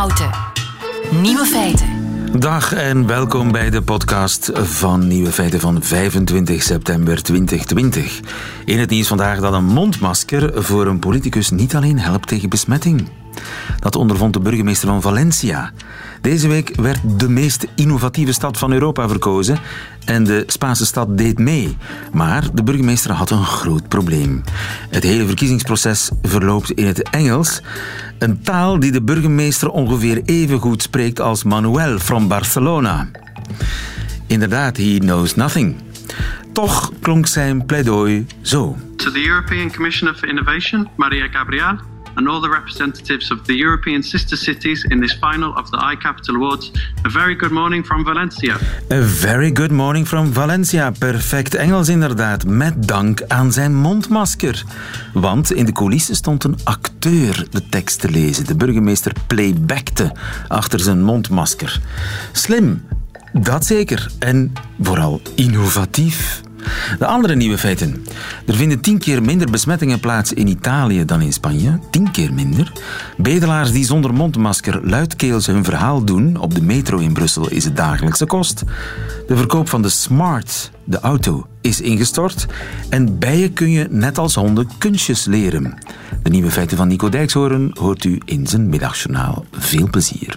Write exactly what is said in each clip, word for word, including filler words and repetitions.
Houten. Nieuwe feiten. Dag en welkom bij de podcast van Nieuwe Feiten van vijfentwintig september tweeduizend twintig. In het nieuws vandaag dat een mondmasker voor een politicus niet alleen helpt tegen besmetting. Dat ondervond de burgemeester van Valencia. Deze week werd de meest innovatieve stad van Europa verkozen en de Spaanse stad deed mee. Maar de burgemeester had een groot probleem. Het hele verkiezingsproces verloopt in het Engels, een taal die de burgemeester ongeveer even goed spreekt als Manuel from Barcelona. Inderdaad, he knows nothing. Toch klonk zijn pleidooi zo. To the European Commissioner for Innovation, Maria Gabriel, and all the representatives of the European sister cities in this final of the iCapital Awards, a very good morning from Valencia. A very good morning from Valencia. Perfect Engels inderdaad, met dank aan zijn mondmasker. Want in de coulissen stond een acteur de tekst te lezen. De burgemeester playbackte achter zijn mondmasker. Slim, dat zeker. En vooral innovatief. De andere nieuwe feiten. Er vinden tien keer minder besmettingen plaats in Italië dan in Spanje. Tien keer minder. Bedelaars die zonder mondmasker luidkeels hun verhaal doen op de metro in Brussel is het dagelijkse kost. De verkoop van de Smart, de auto, is ingestort. En bijen kun je net als honden kunstjes leren. De nieuwe feiten van Nico Dijkshoorn hoort u in zijn middagjournaal. Veel plezier.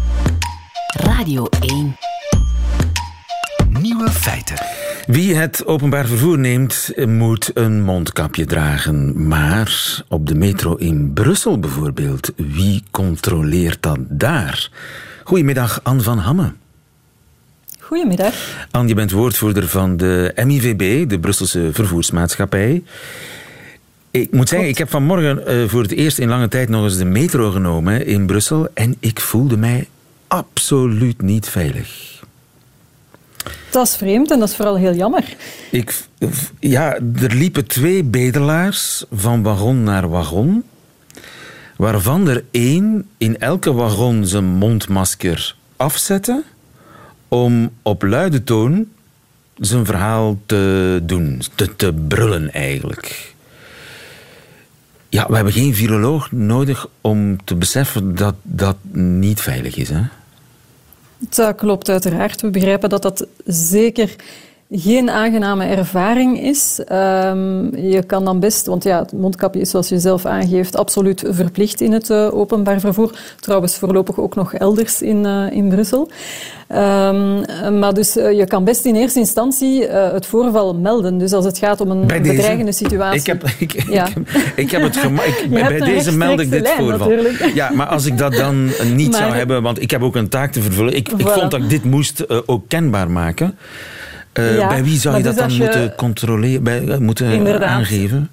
Radio één. Nieuwe feiten. Wie het openbaar vervoer neemt, moet een mondkapje dragen. Maar op de metro in Brussel bijvoorbeeld, wie controleert dat daar? Goedemiddag, Anne van Hamme. Goedemiddag. Anne, je bent woordvoerder van de M I V B, de Brusselse Vervoersmaatschappij. Ik moet zeggen, ik heb vanmorgen uh, voor het eerst in lange tijd nog eens de metro genomen in Brussel en ik voelde mij absoluut niet veilig. Dat is vreemd en dat is vooral heel jammer. Ik, ja, er liepen twee bedelaars van wagon naar wagon, waarvan er één in elke wagon zijn mondmasker afzette om op luide toon zijn verhaal te doen, te, te brullen eigenlijk. Ja, we hebben geen viroloog nodig om te beseffen dat dat niet veilig is, hè? Dat klopt uiteraard. We begrijpen dat dat zeker geen aangename ervaring is. Um, je kan dan best, want ja, het mondkapje is zoals je zelf aangeeft absoluut verplicht in het uh, openbaar vervoer. Trouwens voorlopig ook nog elders in, uh, in Brussel. Um, maar dus uh, je kan best in eerste instantie uh, het voorval melden. Dus als het gaat om een bij bedreigende deze, situatie. Ik heb, ik, ja. ik, heb, ik heb het gemaakt. Bij deze meld ik dit lijn, voorval. Natuurlijk. Ja, maar als ik dat dan niet maar, zou hebben, want ik heb ook een taak te vervullen. Ik, voilà. ik vond dat ik dit moest uh, ook kenbaar maken. Uh, ja, bij wie zou je dat dus dan je, moeten controleren, bij, uh, moeten inderdaad. aangeven?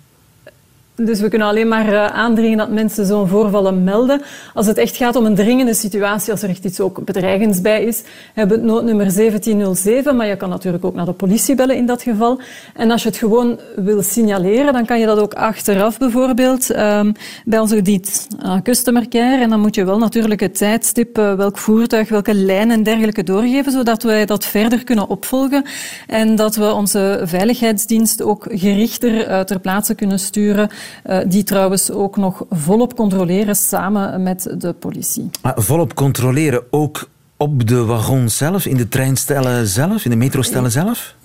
Dus we kunnen alleen maar uh, aandringen dat mensen zo'n voorvallen melden. Als het echt gaat om een dringende situatie, als er echt iets ook bedreigends bij is, hebben we het noodnummer zeventien nul zeven, maar je kan natuurlijk ook naar de politie bellen in dat geval. En als je het gewoon wil signaleren, dan kan je dat ook achteraf bijvoorbeeld um, bij onze dienst uh, customer care. En dan moet je wel natuurlijk het tijdstip, uh, welk voertuig, welke lijn en dergelijke doorgeven, zodat wij dat verder kunnen opvolgen en dat we onze veiligheidsdienst ook gerichter uh, ter plaatse kunnen sturen. Uh, die trouwens ook nog volop controleren samen met de politie. Maar volop controleren ook op de wagon zelf, in de treinstellen zelf, in de metrostellen zelf?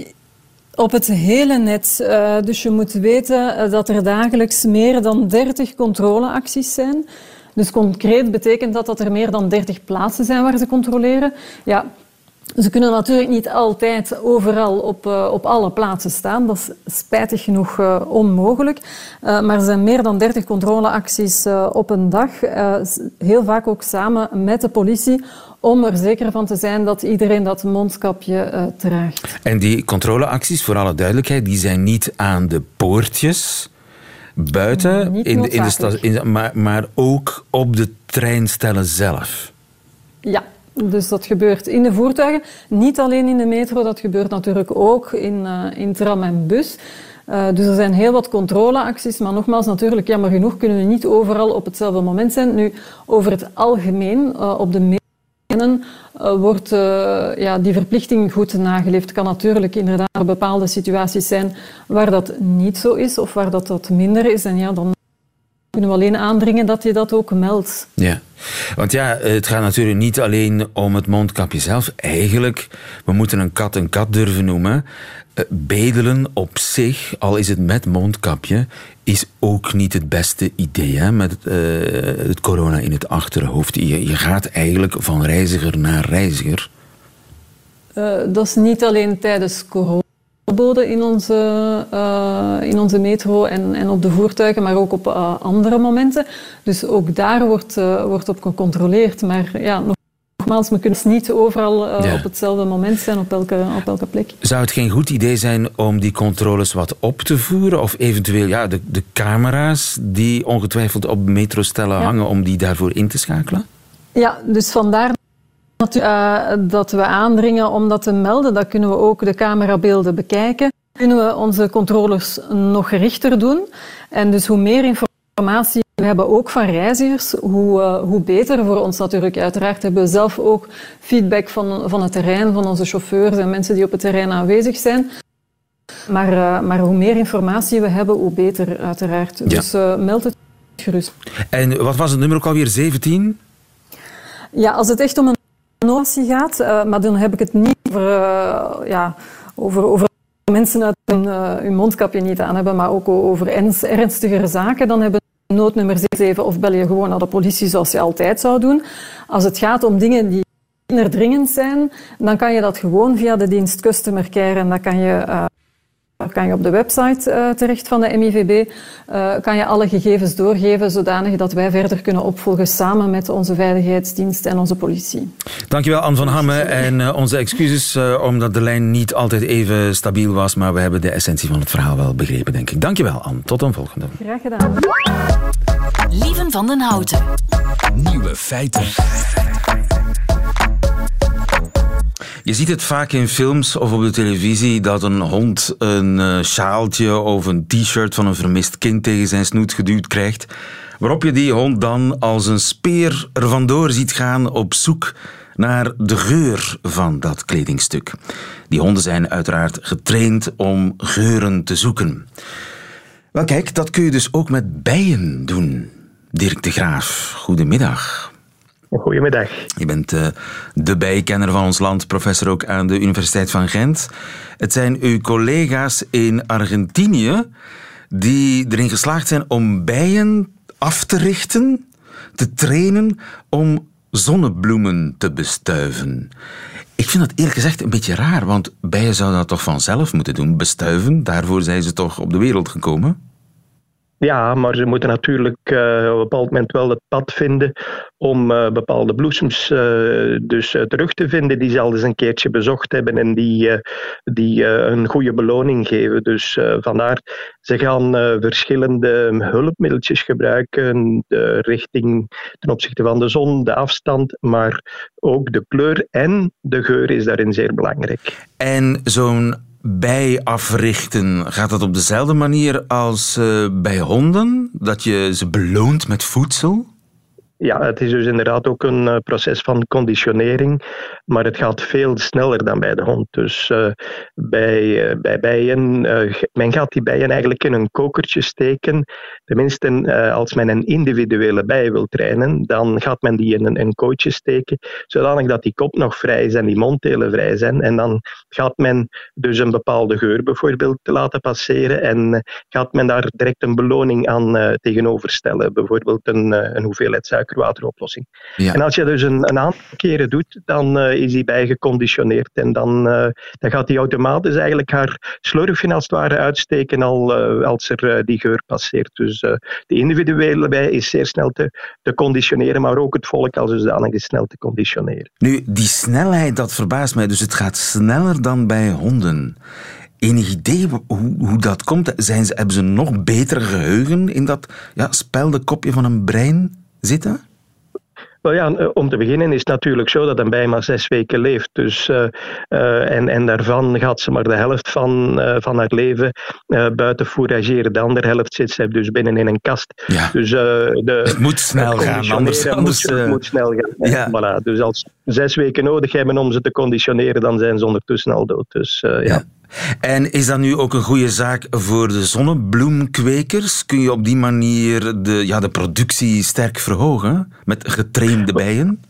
Op het hele net. Uh, dus je moet weten dat er dagelijks meer dan dertig controleacties zijn. Dus concreet betekent dat dat er meer dan dertig plaatsen zijn waar ze controleren. Ja. Ze kunnen natuurlijk niet altijd overal op, uh, op alle plaatsen staan. Dat is spijtig genoeg uh, onmogelijk. Uh, maar er zijn meer dan dertig controleacties uh, op een dag. Uh, heel vaak ook samen met de politie, om er zeker van te zijn dat iedereen dat mondkapje uh, draagt. En die controleacties, voor alle duidelijkheid, die zijn niet aan de poortjes buiten, niet in, in de stad, in, maar, maar ook op de treinstellen zelf. Ja. Dus dat gebeurt in de voertuigen, niet alleen in de metro, dat gebeurt natuurlijk ook in, uh, in tram en bus. Uh, dus er zijn heel wat controleacties, maar nogmaals, natuurlijk, jammer genoeg kunnen we niet overal op hetzelfde moment zijn. Nu, over het algemeen, uh, op de metrolijnen uh, wordt uh, ja, die verplichting goed nageleefd. Het kan natuurlijk inderdaad er bepaalde situaties zijn waar dat niet zo is of waar dat wat minder is. En ja, dan kunnen we alleen aandringen dat je dat ook meldt. Ja, want ja, het gaat natuurlijk niet alleen om het mondkapje zelf. Eigenlijk, we moeten een kat een kat durven noemen. Bedelen op zich, al is het met mondkapje, is ook niet het beste idee, hè? Met uh, het corona in het achterhoofd. Je, je gaat eigenlijk van reiziger naar reiziger. Uh, dat is niet alleen tijdens corona verboden in onze, uh, in onze metro en, en op de voertuigen, maar ook op uh, andere momenten. Dus ook daar wordt, uh, wordt op gecontroleerd. Maar ja, nogmaals, we kunnen niet overal uh, ja. op hetzelfde moment zijn, op elke, op elke plek. Zou het geen goed idee zijn om die controles wat op te voeren? Of eventueel ja, de, de camera's die ongetwijfeld op metrostellen ja. hangen, om die daarvoor in te schakelen? Ja, dus vandaar Uh, dat we aandringen om dat te melden. Dan kunnen we ook de camerabeelden bekijken. Kunnen we onze controles nog gerichter doen. En dus hoe meer informatie we hebben, ook van reizigers, hoe, uh, hoe beter voor ons natuurlijk. Uiteraard hebben we zelf ook feedback van, van het terrein, van onze chauffeurs en mensen die op het terrein aanwezig zijn. Maar, uh, maar hoe meer informatie we hebben, hoe beter uiteraard. Ja. Dus uh, meld het gerust. En wat was het nummer ook alweer? zeventien? Ja, als het echt om een innovatie gaat, uh, maar dan heb ik het niet over, uh, ja, over, over mensen uit hun, uh, hun mondkapje niet aan hebben, maar ook over ernst, ernstigere zaken. Dan hebben we noodnummer zeven of bel je gewoon naar de politie zoals je altijd zou doen. Als het gaat om dingen die minder dringend zijn, dan kan je dat gewoon via de dienst Customer Care en dan kan je... Uh, kan je op de website uh, terecht van de M I V B, uh, kan je alle gegevens doorgeven zodanig dat wij verder kunnen opvolgen samen met onze veiligheidsdienst en onze politie. Dankjewel Anne van Hamme en uh, onze excuses uh, omdat de lijn niet altijd even stabiel was, maar we hebben de essentie van het verhaal wel begrepen, denk ik. Dankjewel Anne, tot een volgende. Graag gedaan. Lieven van den Houten. Nieuwe feiten. Je ziet het vaak in films of op de televisie dat een hond een uh, sjaaltje of een t-shirt van een vermist kind tegen zijn snoet geduwd krijgt, waarop je die hond dan als een speer er vandoor ziet gaan op zoek naar de geur van dat kledingstuk. Die honden zijn uiteraard getraind om geuren te zoeken. Wel kijk, dat kun je dus ook met bijen doen. Dirk de Graaf, goedemiddag. Goedemiddag. Je bent uh, de bijenkenner van ons land, professor ook aan de Universiteit van Gent. Het zijn uw collega's in Argentinië die erin geslaagd zijn om bijen af te richten, te trainen om zonnebloemen te bestuiven. Ik vind dat eerlijk gezegd een beetje raar, want bijen zouden dat toch vanzelf moeten doen, bestuiven. Daarvoor zijn ze toch op de wereld gekomen? Ja, maar ze moeten natuurlijk uh, op een bepaald moment wel het pad vinden om uh, bepaalde bloesems uh, dus uh, terug te vinden die ze al eens een keertje bezocht hebben en die, uh, die uh, een goede beloning geven. Dus uh, vandaar, ze gaan uh, verschillende hulpmiddeltjes gebruiken, de richting ten opzichte van de zon, de afstand, maar ook de kleur en de geur is daarin zeer belangrijk. En zo'n bij africhten, gaat dat op dezelfde manier als uh, bij honden? Dat je ze beloont met voedsel? Ja, het is dus inderdaad ook een uh, proces van conditionering, maar het gaat veel sneller dan bij de hond. Dus uh, bij, uh, bij bijen, uh, men gaat die bijen eigenlijk in een kokertje steken. Tenminste, uh, als men een individuele bij wil trainen, dan gaat men die in een, een kootje steken, zodanig dat die kop nog vrij is en die monddelen vrij zijn. En dan gaat men dus een bepaalde geur bijvoorbeeld laten passeren en uh, gaat men daar direct een beloning aan uh, tegenover stellen. Bijvoorbeeld een, uh, een hoeveelheid suiker. wateroplossing. Ja. En als je dus een, een aantal keren doet, dan uh, is die bij geconditioneerd en dan, uh, dan gaat die automatisch eigenlijk haar slurfje als het ware uitsteken al, uh, als er uh, die geur passeert. Dus uh, de individuele bij is zeer snel te, te conditioneren, maar ook het volk als dusdanig is snel te conditioneren. Nu, die snelheid, dat verbaast mij. Dus het gaat sneller dan bij honden. Enig idee hoe, hoe dat komt? Zijn ze, hebben ze nog beter geheugen in dat ja, speldenkopje van een brein zitten? Wel ja, om te beginnen is het natuurlijk zo dat een bij maar zes weken leeft. Dus, uh, uh, en, en daarvan gaat ze maar de helft van, uh, van haar leven uh, buiten fourageren. De andere helft zit ze dus binnen in een kast. Ja. Dus, uh, de, het moet snel gaan. Anders, moet, anders, uh... Het moet snel gaan. Ja. Voilà. Dus als ze zes weken nodig hebben om ze te conditioneren, dan zijn ze ondertussen al dood. Dus, uh, ja. Ja. En is dat nu ook een goede zaak voor de zonnebloemkwekers? Kun je op die manier de, ja, de productie sterk verhogen met getrainde bijen?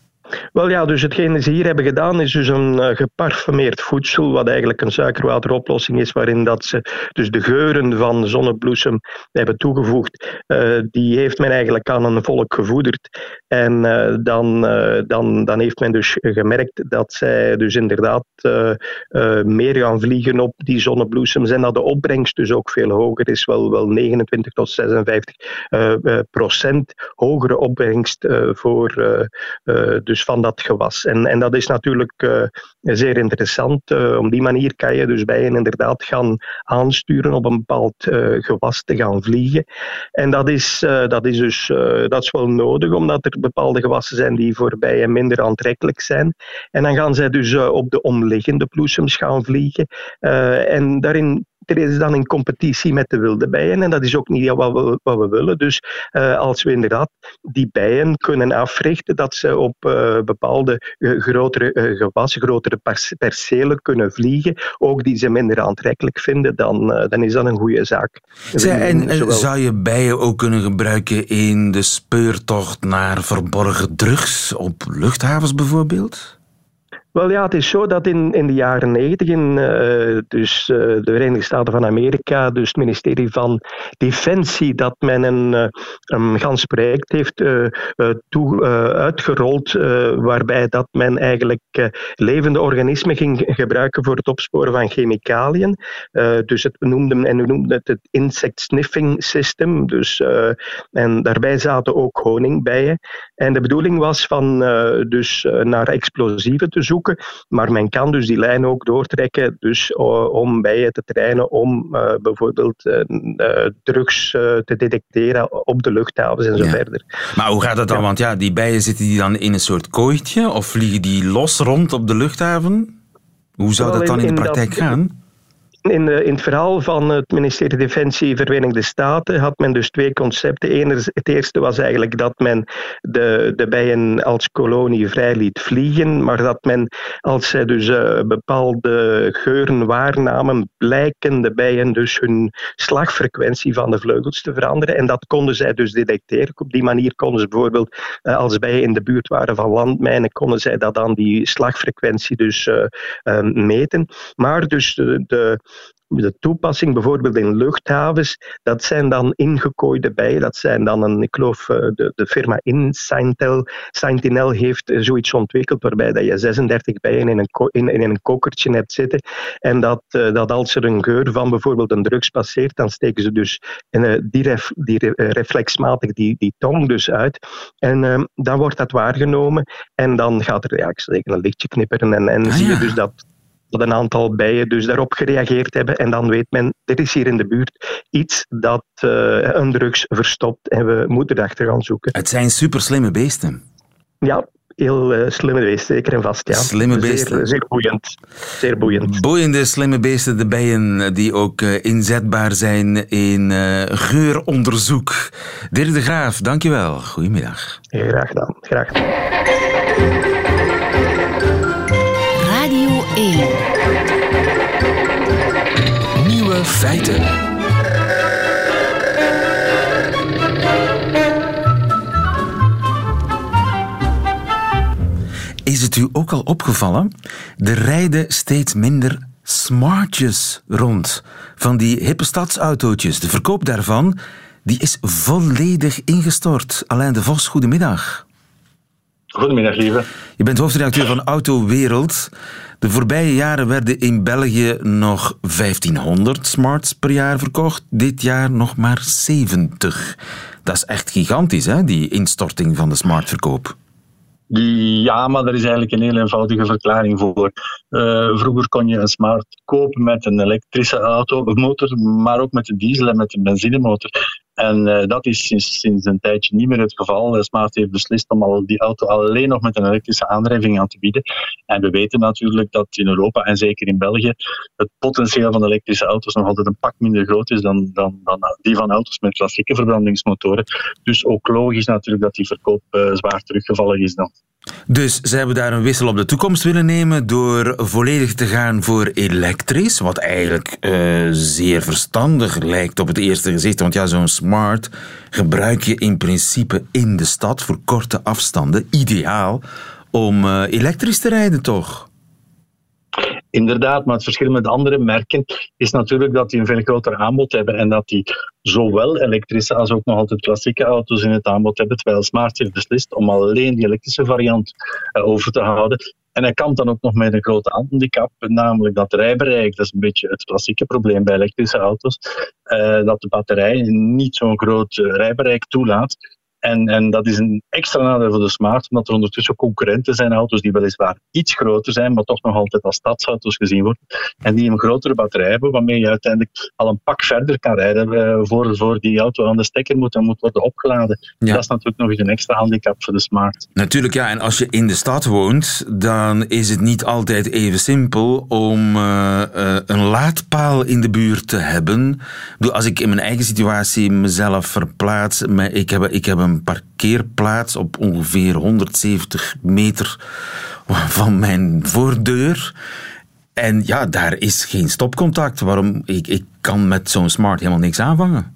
Wel ja, dus hetgeen ze hier hebben gedaan is dus een uh, geparfumeerd voedsel, wat eigenlijk een suikerwateroplossing is, waarin dat ze dus de geuren van zonnebloesem hebben toegevoegd. Uh, die heeft men eigenlijk aan een volk gevoederd. En uh, dan, uh, dan, dan heeft men dus gemerkt dat zij dus inderdaad uh, uh, meer gaan vliegen op die zonnebloesems en dat de opbrengst dus ook veel hoger is, wel, wel negenentwintig tot zesenvijftig uh, uh, procent hogere opbrengst uh, voor uh, uh, dus van dat gewas. En, en dat is natuurlijk uh, zeer interessant. Uh, op die manier kan je dus bijen inderdaad gaan aansturen op een bepaald uh, gewas te gaan vliegen. En dat is, uh, dat is dus uh, dat is wel nodig, omdat er bepaalde gewassen zijn die voor bijen minder aantrekkelijk zijn. En dan gaan zij dus uh, op de omliggende bloesems gaan vliegen. Uh, en daarin Er is dan een competitie met de wilde bijen en dat is ook niet wat we, wat we willen. Dus uh, als we inderdaad die bijen kunnen africhten, dat ze op uh, bepaalde uh, grotere uh, gewassen, grotere percelen kunnen vliegen, ook die ze minder aantrekkelijk vinden, dan, uh, dan is dat een goede zaak. Zij, en Zowel... Zou je bijen ook kunnen gebruiken in de speurtocht naar verborgen drugs op luchthavens bijvoorbeeld? Wel ja, het is zo dat in, in de jaren negentig in uh, dus, uh, de Verenigde Staten van Amerika, dus het ministerie van Defensie, dat men een, uh, een gans project heeft uh, uh, toe, uh, uitgerold, uh, waarbij dat men eigenlijk uh, levende organismen ging gebruiken voor het opsporen van chemicaliën. Uh, dus het, we noemden, en we noemden het het insect sniffing system. Dus, uh, en daarbij zaten ook honingbijen. En de bedoeling was van uh, dus uh, naar explosieven te zoeken. Maar men kan dus die lijn ook doortrekken dus, uh, om bijen te trainen om uh, bijvoorbeeld uh, uh, drugs uh, te detecteren op de luchthavens en zo ja. verder. Maar hoe gaat dat dan? Ja. Want ja, die bijen zitten die dan in een soort kooitje of vliegen die los rond op de luchthaven? Hoe zou Wel, dat dan in, in de praktijk dat, gaan? In, de, in het verhaal van het ministerie Defensie Verenigde Staten had men dus twee concepten. Eén, het eerste was eigenlijk dat men de, de bijen als kolonie vrij liet vliegen, maar dat men, als zij dus uh, bepaalde geuren waarnamen, blijken de bijen dus hun slagfrequentie van de vleugels te veranderen. En dat konden zij dus detecteren. Op die manier konden ze bijvoorbeeld, uh, als bijen in de buurt waren van landmijnen, konden zij dat aan die slagfrequentie dus uh, uh, meten. Maar dus de, de De toepassing bijvoorbeeld in luchthavens, dat zijn dan ingekooide bijen. Dat zijn dan een, ik geloof, de, de firma Sentinel, Sentinel heeft zoiets ontwikkeld waarbij dat je zesendertig bijen in een, in, in een kokertje hebt zitten. En dat, dat als er een geur van bijvoorbeeld een drugs passeert, dan steken ze dus in, die, ref, die reflexmatig die, die tong dus uit. En um, dan wordt dat waargenomen en dan gaat er ja, ik zeg, een lichtje knipperen en, en ah, zie je ja. dus dat dat een aantal bijen dus daarop gereageerd hebben en dan weet men, er is hier in de buurt iets dat uh, een drugs verstopt en we moeten erachter gaan zoeken. Het zijn super slimme beesten. Ja, heel uh, slimme beesten, zeker en vast. Ja. Slimme beesten. Zeer, zeer boeiend. Zeer boeiend. Boeiende, slimme beesten, de bijen die ook uh, inzetbaar zijn in uh, geuronderzoek. Dirk de Graaf, dankjewel. Goedemiddag. Graag gedaan. Graag gedaan. Nieuwe feiten. Is het u ook al opgevallen? Er rijden steeds minder smartjes rond. Van die hippe stadsautootjes. De verkoop daarvan die is volledig ingestort. Alain de Vos, goedemiddag. Goedemiddag, lieve. Je bent hoofdredacteur van Autowereld. De voorbije jaren werden in België nog vijftienhonderd smarts per jaar verkocht. Dit jaar nog maar zeventig. Dat is echt gigantisch, hè, die instorting van de smartverkoop. Die, ja, maar daar is eigenlijk een heel eenvoudige verklaring voor. Uh, vroeger kon je een smart kopen met een elektrische auto, motor, maar ook met een diesel en met een benzinemotor. En uh, dat is sinds, sinds een tijdje niet meer het geval. Uh, Smart heeft beslist om al die auto alleen nog met een elektrische aandrijving aan te bieden. En we weten natuurlijk dat in Europa en zeker in België het potentieel van elektrische auto's nog altijd een pak minder groot is dan, dan, dan die van auto's met klassieke verbrandingsmotoren. Dus ook logisch natuurlijk dat die verkoop uh, zwaar teruggevallen is dan. Dus ze hebben daar een wissel op de toekomst willen nemen door volledig te gaan voor elektrisch, wat eigenlijk uh, zeer verstandig lijkt op het eerste gezicht. Want ja, zo'n Smart gebruik je in principe in de stad voor korte afstanden. Ideaal om uh, elektrisch te rijden, toch? Inderdaad, maar het verschil met andere merken is natuurlijk dat die een veel groter aanbod hebben en dat die zowel elektrische als ook nog altijd klassieke auto's in het aanbod hebben, terwijl Smart heeft beslist om alleen die elektrische variant uh, over te houden. En hij kampt dan ook nog met een grote handicap, namelijk dat rijbereik. Dat is een beetje het klassieke probleem bij elektrische auto's, uh, dat de batterij niet zo'n groot uh, rijbereik toelaat. En, en dat is een extra nadeel voor de Smart, omdat er ondertussen concurrenten zijn, auto's die weliswaar iets groter zijn, maar toch nog altijd als stadsauto's gezien worden. En die een grotere batterij hebben, waarmee je uiteindelijk al een pak verder kan rijden uh, voor, voor die auto aan de stekker moet en moet worden opgeladen. Ja. Dat is natuurlijk nog eens een extra handicap voor de Smart. Natuurlijk, ja. En als je in de stad woont, dan is het niet altijd even simpel om uh, uh, een laadpaal in de buurt te hebben. Ik bedoel, als ik in mijn eigen situatie mezelf verplaats, ik heb, ik heb een een parkeerplaats op ongeveer honderdzeventig meter van mijn voordeur. En ja, daar is geen stopcontact. Waarom? Ik, ik kan met zo'n Smart helemaal niks aanvangen.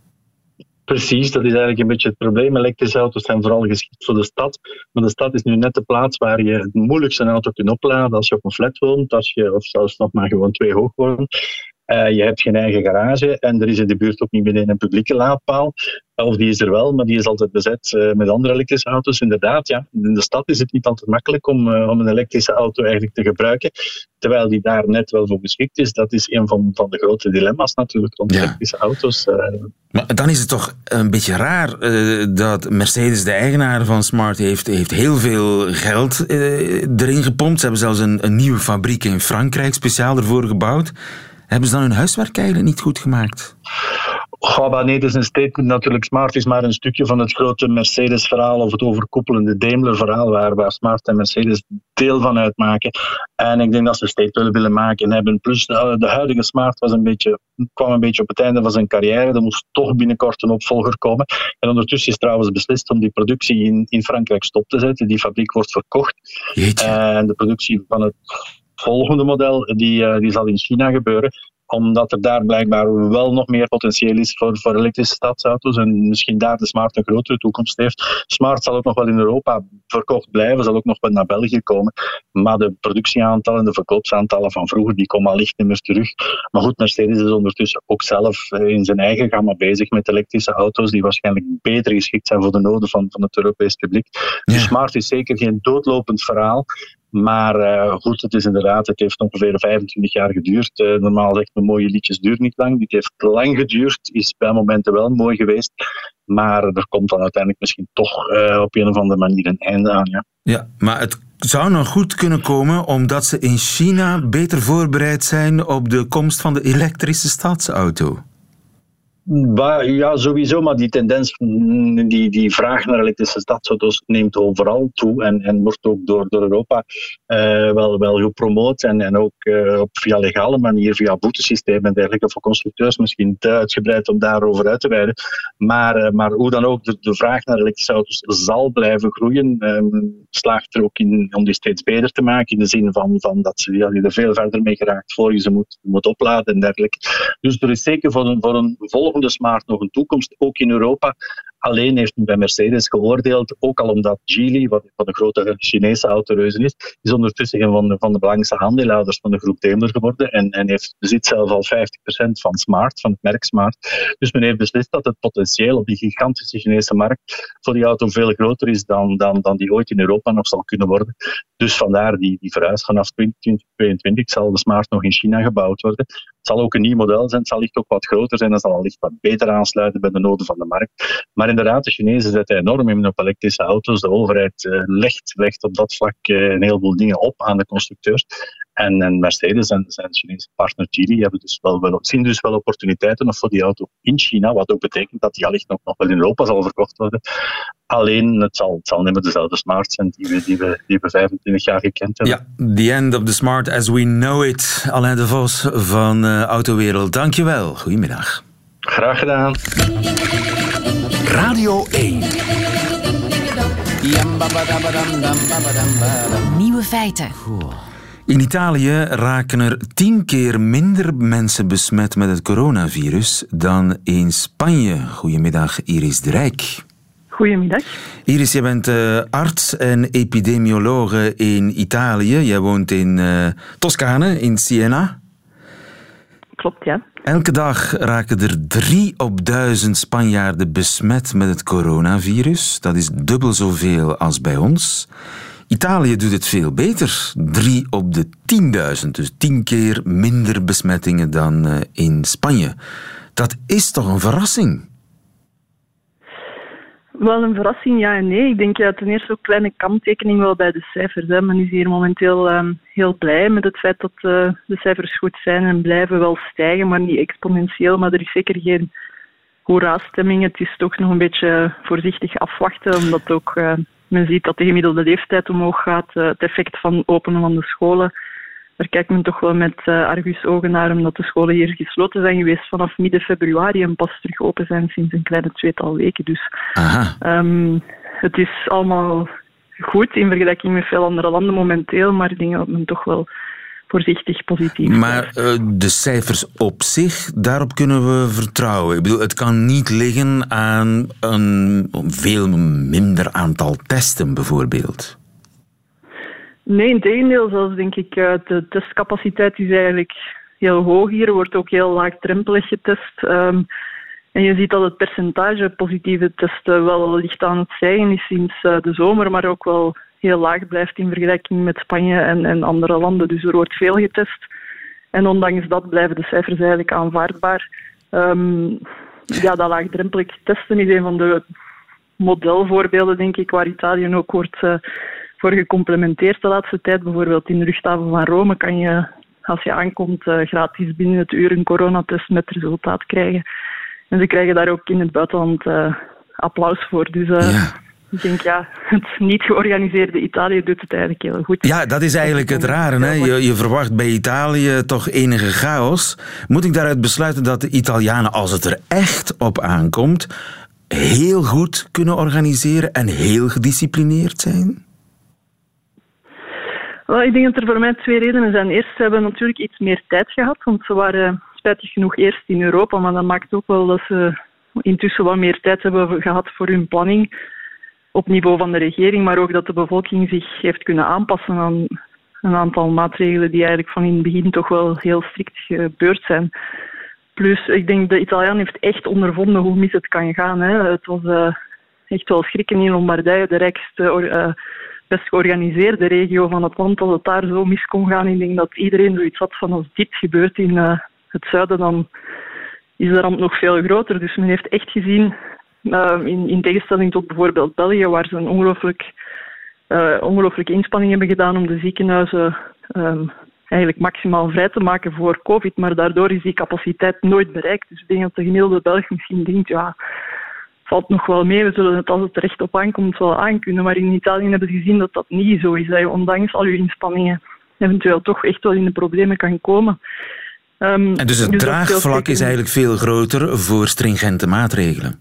Precies, dat is eigenlijk een beetje het probleem. Elektrische auto's zijn vooral geschikt voor de stad. Maar de stad is nu net de plaats waar je het moeilijkst een auto kunt opladen als je op een flat woont, als je, of zelfs nog maar gewoon twee hoog woont. Uh, je hebt geen eigen garage en er is in de buurt ook niet meteen een publieke laadpaal. Of die is er wel, maar die is altijd bezet uh, met andere elektrische auto's. Inderdaad, ja. In de stad is het niet altijd makkelijk om, uh, om een elektrische auto eigenlijk te gebruiken. Terwijl die daar net wel voor geschikt is. Dat is een van, van de grote dilemma's natuurlijk rond ja. elektrische auto's. Uh. Maar dan is het toch een beetje raar uh, dat Mercedes, de eigenaar van Smart, heeft, heeft heel veel geld uh, erin gepompt. Ze hebben zelfs een, een nieuwe fabriek in Frankrijk speciaal ervoor gebouwd. Hebben ze dan hun huiswerk eigenlijk niet goed gemaakt? Oh, maar nee, het is een statement natuurlijk. Smart is maar een stukje van het grote Mercedes-verhaal of het overkoepelende Daimler-verhaal waar, waar Smart en Mercedes deel van uitmaken. En ik denk dat ze een statement willen maken en hebben. Plus de, de huidige Smart was een beetje, kwam een beetje op het einde van zijn carrière. Er moest toch binnenkort een opvolger komen. En ondertussen is trouwens beslist om die productie in, in Frankrijk stop te zetten. Die fabriek wordt verkocht. Jeetje. En de productie van het volgende model die, uh, die zal in China gebeuren. Omdat er daar blijkbaar wel nog meer potentieel is voor, voor elektrische stadsauto's en misschien daar de Smart een grotere toekomst heeft. Smart zal ook nog wel in Europa verkocht blijven, zal ook nog wel naar België komen. Maar de productieaantallen, de verkoopsaantallen van vroeger, die komen allicht niet meer terug. Maar goed, Mercedes is ondertussen ook zelf in zijn eigen gamma bezig met elektrische auto's die waarschijnlijk beter geschikt zijn voor de noden van, van het Europees publiek. Ja. Dus Smart is zeker geen doodlopend verhaal. Maar uh, goed, het is inderdaad, het heeft ongeveer vijfentwintig jaar geduurd. Uh, normaal zegt men mooie liedjes duurt niet lang. Dit heeft lang geduurd, is bij momenten wel mooi geweest. Maar er komt dan uiteindelijk misschien toch uh, op een of andere manier een einde aan. Ja, ja, maar het zou nog goed kunnen komen omdat ze in China beter voorbereid zijn op de komst van de elektrische stadsauto. Ja, sowieso, maar die tendens, die, die vraag naar elektrische stadsauto's neemt overal toe en, en wordt ook door, door Europa uh, wel, wel gepromoot en, en ook uh, op via legale manier, via boetesystemen en dergelijke, voor constructeurs misschien te uitgebreid om daarover uit te wijden. Maar, uh, maar hoe dan ook, de, de vraag naar elektrische auto's zal blijven groeien. Um, slaagt er ook in om die steeds beter te maken, in de zin van, van dat ze ja, die er veel verder mee geraakt voor je ze moet, moet opladen en dergelijke. Dus er is zeker voor een, voor een volgende Smart nog een toekomst, ook in Europa. Alleen heeft men bij Mercedes geoordeeld, ook al omdat Geely, wat van de grote Chinese autoreuzen is, is ondertussen een van de, van de belangrijkste aandeelhouders van de groep Daimler geworden en, en heeft, bezit zelf al vijftig procent van Smart, van het merk Smart. Dus men heeft beslist dat het potentieel op die gigantische Chinese markt voor die auto veel groter is dan, dan, dan die ooit in Europa nog zal kunnen worden. Dus vandaar die, die verhuis vanaf twintig tweeëntwintig zal de Smart nog in China gebouwd worden. Het zal ook een nieuw model zijn, het zal licht ook wat groter zijn, het zal allicht wat beter aansluiten bij de noden van de markt. Maar inderdaad, de Chinezen zetten enorm in op elektrische auto's. De overheid uh, legt, legt op dat vlak uh, een heleboel dingen op aan de constructeurs. En, en Mercedes en zijn Chinese partner Geely hebben dus wel, wel, zien dus wel opportuniteiten nog voor die auto in China, wat ook betekent dat die allicht nog, nog wel in Europa zal verkocht worden. Alleen, het zal, het zal niet meer dezelfde Smart zijn die we, die, we, die we vijfentwintig jaar gekend hebben. Ja, the end of the Smart as we know it. Alain de Vos van uh, Autowereld. Dank je wel. Goedemiddag. Graag gedaan. Radio één. Nieuwe feiten. In Italië raken er tien keer minder mensen besmet met het coronavirus dan in Spanje. Goedemiddag, Iris de Rijk. Goedemiddag. Iris, je bent uh, arts en epidemiologe in Italië. Jij woont in uh, Toscane, in Siena. Klopt, ja. Elke dag raken er drie op duizend Spanjaarden besmet met het coronavirus. Dat is dubbel zoveel als bij ons. Italië doet het veel beter. Drie op de tienduizend, dus tien keer minder besmettingen dan uh, in Spanje. Dat is toch een verrassing? Wel een verrassing, ja en nee. Ik denk ja, ten eerste ook een kleine kanttekening wel bij de cijfers. Hè. Men is hier momenteel um, heel blij met het feit dat uh, de cijfers goed zijn en blijven wel stijgen, maar niet exponentieel. Maar er is zeker geen hoera-stemming. Het is toch nog een beetje voorzichtig afwachten, omdat ook uh, men ziet dat de gemiddelde leeftijd omhoog gaat. Uh, het effect van openen van de scholen. Daar kijkt men toch wel met uh, argusogen naar, omdat de scholen hier gesloten zijn geweest vanaf midden februari en pas terug open zijn sinds een kleine tweetal weken. Dus um, het is allemaal goed in vergelijking met veel andere landen momenteel, maar ik denk dat men toch wel voorzichtig positief is. Maar uh, de cijfers op zich, daarop kunnen we vertrouwen. Ik bedoel, het kan niet liggen aan een veel minder aantal testen bijvoorbeeld. Nee, in tegendeel, zelfs denk ik, de testcapaciteit is eigenlijk heel hoog hier. Er wordt ook heel laagdrempelig getest. Um, en je ziet dat het percentage positieve testen wel licht aan het stijgen is sinds uh, de zomer, maar ook wel heel laag blijft in vergelijking met Spanje en, en andere landen. Dus er wordt veel getest. En ondanks dat blijven de cijfers eigenlijk aanvaardbaar. Um, ja, dat laagdrempelig testen is een van de modelvoorbeelden, denk ik, waar Italië ook wordt Uh, voor gecomplementeerd de laatste tijd. Bijvoorbeeld in de luchthaven van Rome kan je, als je aankomt, uh, gratis binnen het uur een coronatest met resultaat krijgen. En ze krijgen daar ook in het buitenland uh, applaus voor. Dus uh, ja. ik denk, ja, het niet georganiseerde Italië doet het eigenlijk heel goed. Ja, dat is eigenlijk het rare. Hè? Je, je verwacht bij Italië toch enige chaos. Moet ik daaruit besluiten dat de Italianen, als het er echt op aankomt, heel goed kunnen organiseren en heel gedisciplineerd zijn? Well, ik denk dat er voor mij twee redenen zijn. Eerst hebben we natuurlijk iets meer tijd gehad, want ze waren spijtig genoeg eerst in Europa, maar dat maakt ook wel dat ze intussen wat meer tijd hebben gehad voor hun planning op niveau van de regering, maar ook dat de bevolking zich heeft kunnen aanpassen aan een aantal maatregelen die eigenlijk van in het begin toch wel heel strikt gebeurd zijn. Plus, ik denk de Italiaan heeft echt ondervonden hoe mis het kan gaan. Hè. Het was uh, echt wel schrikken in Lombardije, de rijkste Uh, best georganiseerde regio van het land, als het daar zo mis kon gaan. Ik denk dat iedereen zoiets had van als dit gebeurt in uh, het zuiden, dan is de ramp nog veel groter. Dus men heeft echt gezien, uh, in, in tegenstelling tot bijvoorbeeld België, waar ze een ongelooflijk, uh, ongelooflijke inspanning hebben gedaan om de ziekenhuizen um, eigenlijk maximaal vrij te maken voor COVID, maar daardoor is die capaciteit nooit bereikt. Dus ik denk dat de gemiddelde Belg misschien denkt, ja, valt nog wel mee, we zullen het als het er echt op aankomt wel aankunnen. Maar in Italië hebben ze gezien dat dat niet zo is. Dat je ondanks al je inspanningen eventueel toch echt wel in de problemen kan komen. Um, en dus het dus draagvlak is eigenlijk veel groter voor stringente maatregelen?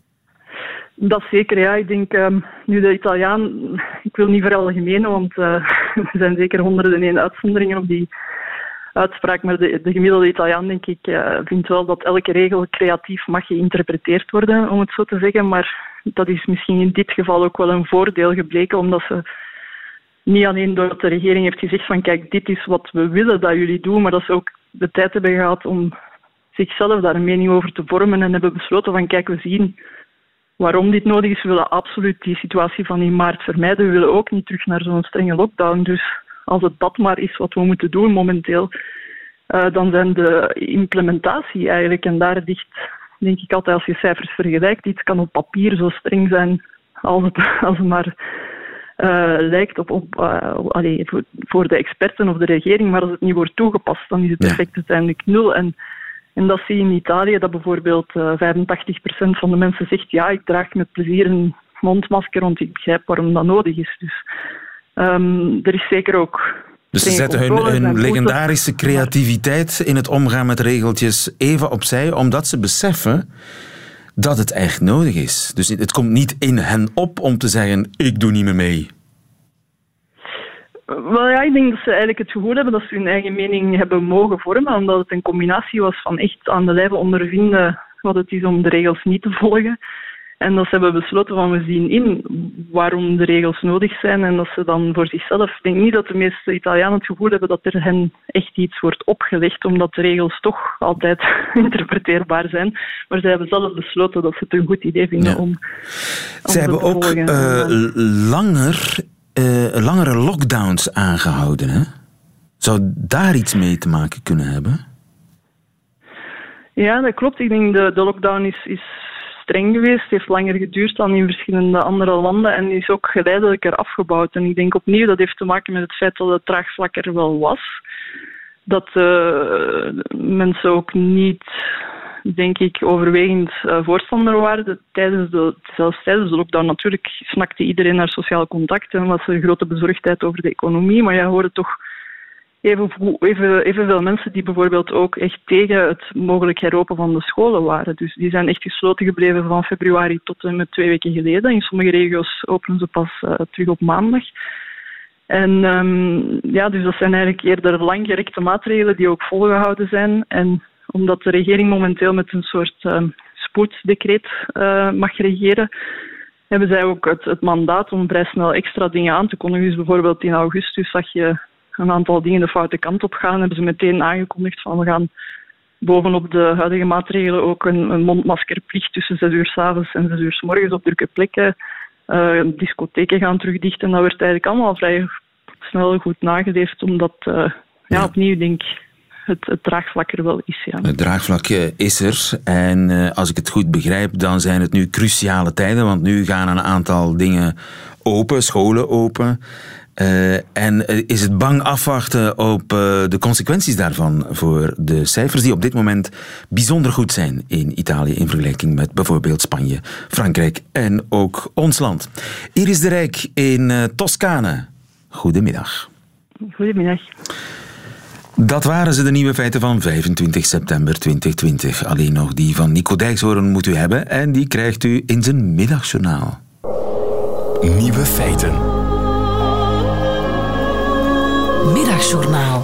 Dat zeker, ja. Ik denk, um, nu de Italiaan, ik wil niet veralgemenen, want uh, er zijn zeker honderden en één uitzonderingen op die uitspraak, maar de, de gemiddelde Italiaan, denk ik, uh, vindt wel dat elke regel creatief mag geïnterpreteerd worden, om het zo te zeggen. Maar dat is misschien in dit geval ook wel een voordeel gebleken, omdat ze niet alleen doordat de regering heeft gezegd van kijk, dit is wat we willen dat jullie doen, maar dat ze ook de tijd hebben gehad om zichzelf daar een mening over te vormen en hebben besloten van kijk, we zien waarom dit nodig is. We willen absoluut die situatie van in maart vermijden. We willen ook niet terug naar zo'n strenge lockdown. Dus als het dat maar is wat we moeten doen momenteel, uh, dan zijn de implementatie eigenlijk, en daar ligt, denk ik altijd als je cijfers vergelijkt, iets kan op papier zo streng zijn als het, als het maar uh, lijkt op, op, uh, allee, voor, voor de experten of de regering, maar als het niet wordt toegepast, dan is het effect uiteindelijk nul. En, en dat zie je in Italië, dat bijvoorbeeld uh, vijfentachtig procent van de mensen zegt ja, ik draag met plezier een mondmasker, want ik begrijp waarom dat nodig is. Dus Um, er is zeker ook... Dus ze zetten hun, hun legendarische creativiteit in het omgaan met regeltjes even opzij, omdat ze beseffen dat het echt nodig is. Dus het komt niet in hen op om te zeggen, ik doe niet meer mee. Wel ja, ik denk dat ze eigenlijk het gevoel hebben dat ze hun eigen mening hebben mogen vormen, omdat het een combinatie was van echt aan de lijve ondervinden wat het is om de regels niet te volgen. En dat ze hebben besloten van we zien in waarom de regels nodig zijn en dat ze dan voor zichzelf... Ik denk niet dat de meeste Italianen het gevoel hebben dat er hen echt iets wordt opgelegd, omdat de regels toch altijd interpreteerbaar zijn. Maar ze hebben zelf besloten dat ze het een goed idee vinden ja. om, om Ze hebben ook uh, langer, uh, langere lockdowns aangehouden, hè? Zou daar iets mee te maken kunnen hebben? Ja, dat klopt. Ik denk de, de lockdown is... is streng geweest, heeft langer geduurd dan in verschillende andere landen en is ook geleidelijker afgebouwd. En ik denk opnieuw dat heeft te maken met het feit dat het draagvlak er wel was. Dat uh, mensen ook niet, denk ik, overwegend uh, voorstander waren. Tijdens de, zelfs tijdens de lockdown natuurlijk snakte iedereen naar sociaal contact en was er grote bezorgdheid over de economie, maar je hoorde toch Even, even, evenveel mensen die bijvoorbeeld ook echt tegen het mogelijk heropen van de scholen waren. Dus die zijn echt gesloten gebleven van februari tot en met twee weken geleden. In sommige regio's openen ze pas uh, terug op maandag. En um, ja, dus dat zijn eigenlijk eerder langgerekte maatregelen die ook volgehouden zijn. En omdat de regering momenteel met een soort uh, spoeddecreet uh, mag regeren, hebben zij ook het, het mandaat om vrij snel extra dingen aan te kondigen. Dus bijvoorbeeld in augustus zag je een aantal dingen de foute kant op gaan, hebben ze meteen aangekondigd van we gaan bovenop de huidige maatregelen ook een, een mondmaskerplicht tussen zes uur 's avonds en zes uur 's morgens op drukke plekken. Uh, discotheken gaan terugdichten. Dat werd eigenlijk allemaal vrij snel goed nageleefd, omdat uh, ja, ja, opnieuw denk het, het draagvlak er wel is. Ja. Het draagvlak is er en uh, als ik het goed begrijp, dan zijn het nu cruciale tijden, want nu gaan een aantal dingen open, scholen open. Uh, en is het bang afwachten op uh, de consequenties daarvan voor de cijfers die op dit moment bijzonder goed zijn in Italië in vergelijking met bijvoorbeeld Spanje, Frankrijk en ook ons land. Iris de Rijk in uh, Toscane. Goedemiddag. Goedemiddag. Dat waren ze, de nieuwe feiten van vijfentwintig september tweeduizend twintig. Alleen nog die van Nico Dijkshoorn moet u hebben en die krijgt u in zijn middagjournaal. Nieuwe feiten. Middagjournaal.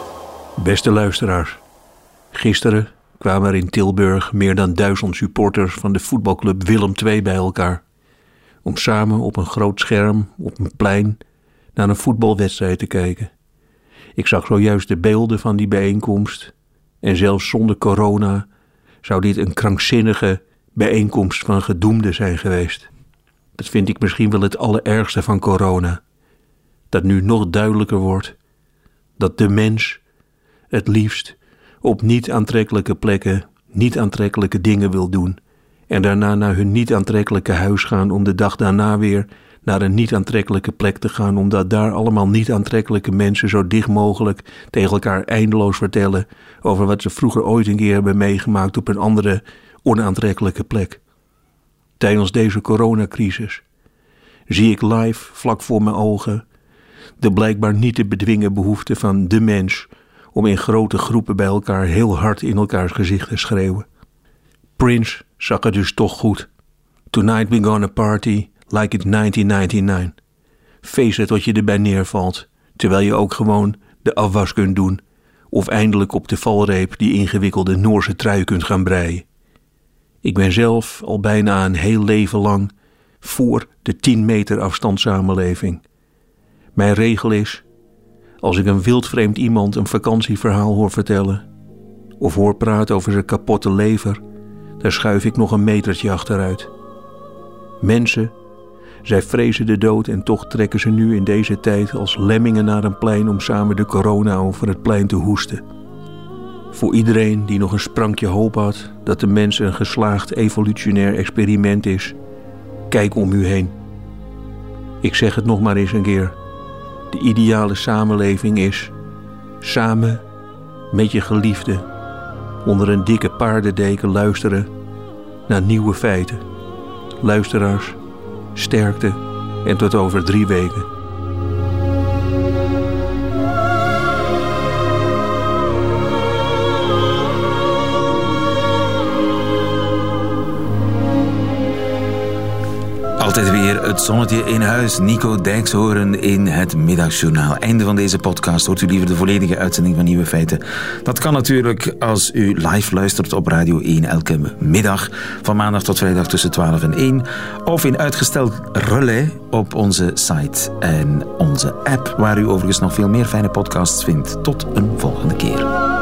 Beste luisteraars. Gisteren kwamen er in Tilburg meer dan duizend supporters van de voetbalclub Willem twee bij elkaar. Om samen op een groot scherm, op een plein, naar een voetbalwedstrijd te kijken. Ik zag zojuist de beelden van die bijeenkomst. En zelfs zonder corona zou dit een krankzinnige bijeenkomst van gedoemden zijn geweest. Dat vind ik misschien wel het allerergste van corona. Dat nu nog duidelijker wordt dat de mens het liefst op niet aantrekkelijke plekken niet aantrekkelijke dingen wil doen en daarna naar hun niet aantrekkelijke huis gaan om de dag daarna weer naar een niet aantrekkelijke plek te gaan, omdat daar allemaal niet aantrekkelijke mensen zo dicht mogelijk tegen elkaar eindeloos vertellen over wat ze vroeger ooit een keer hebben meegemaakt op een andere onaantrekkelijke plek. Tijdens deze coronacrisis zie ik live vlak voor mijn ogen de blijkbaar niet te bedwingen behoefte van de mens om in grote groepen bij elkaar heel hard in elkaars gezicht te schreeuwen. Prince zag het dus toch goed. Tonight we gonna party like it's negentien negenennegentig. Feesten tot je erbij neervalt, terwijl je ook gewoon de afwas kunt doen of eindelijk op de valreep die ingewikkelde Noorse trui kunt gaan breien. Ik ben zelf al bijna een heel leven lang voor de tien meter afstandssamenleving. Mijn regel is, als ik een wildvreemd iemand een vakantieverhaal hoor vertellen of hoor praten over zijn kapotte lever, dan schuif ik nog een metertje achteruit. Mensen, zij vrezen de dood en toch trekken ze nu in deze tijd als lemmingen naar een plein om samen de corona over het plein te hoesten. Voor iedereen die nog een sprankje hoop had dat de mens een geslaagd evolutionair experiment is, kijk om u heen. Ik zeg het nog maar eens een keer. De ideale samenleving is samen met je geliefde onder een dikke paardendeken luisteren naar nieuwe feiten. Luisteraars, sterkte en tot over drie weken. Altijd weer het zonnetje in huis. Nico Dijkshoorn in het Middagjournaal. Einde van deze podcast. Hoort u liever de volledige uitzending van Nieuwe Feiten? Dat kan natuurlijk als u live luistert op Radio één elke middag. Van maandag tot vrijdag tussen twaalf en één. Of in uitgesteld relais op onze site en onze app. Waar u overigens nog veel meer fijne podcasts vindt. Tot een volgende keer.